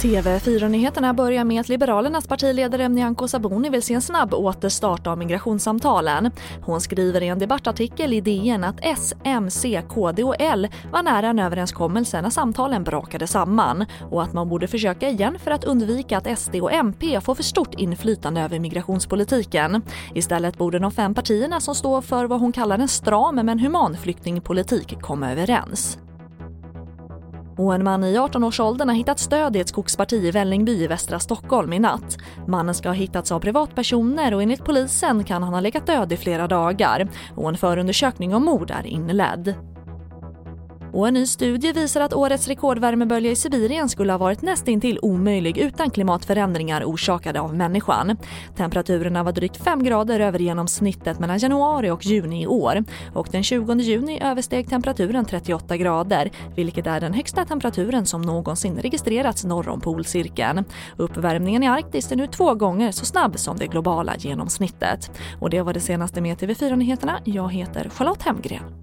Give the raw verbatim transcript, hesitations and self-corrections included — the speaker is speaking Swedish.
T V fyra-nyheterna börjar med att Liberalernas partiledare Nyamko Sabuni vill se en snabb återstart av migrationssamtalen. Hon skriver i en debattartikel i D N att S, M, C, K D och L var nära en överenskommelse när samtalen brakade samman och att man borde försöka igen för att undvika att S D och M P får för stort inflytande över migrationspolitiken. Istället borde de fem partierna som står för vad hon kallar en stram men human flyktingpolitik komma överens. Och en man i arton-årsåldern har hittat stöd i ett skogsparti i Vällingby i västra Stockholm i natt. Mannen ska ha hittats av privatpersoner och enligt polisen kan han ha legat död i flera dagar. Och en förundersökning om mord är inledd. Och en ny studie visar att årets rekordvärmebölja i Sibirien skulle ha varit nästintill omöjlig utan klimatförändringar orsakade av människan. Temperaturerna var drygt fem grader över genomsnittet mellan januari och juni i år. Och den tjugonde juni översteg temperaturen trettioåtta grader, vilket är den högsta temperaturen som någonsin registrerats norr om polcirkeln. Uppvärmningen i Arktis är nu två gånger så snabb som det globala genomsnittet. Och det var det senaste med T V fyra-nyheterna. Jag heter Charlotte Hemgren.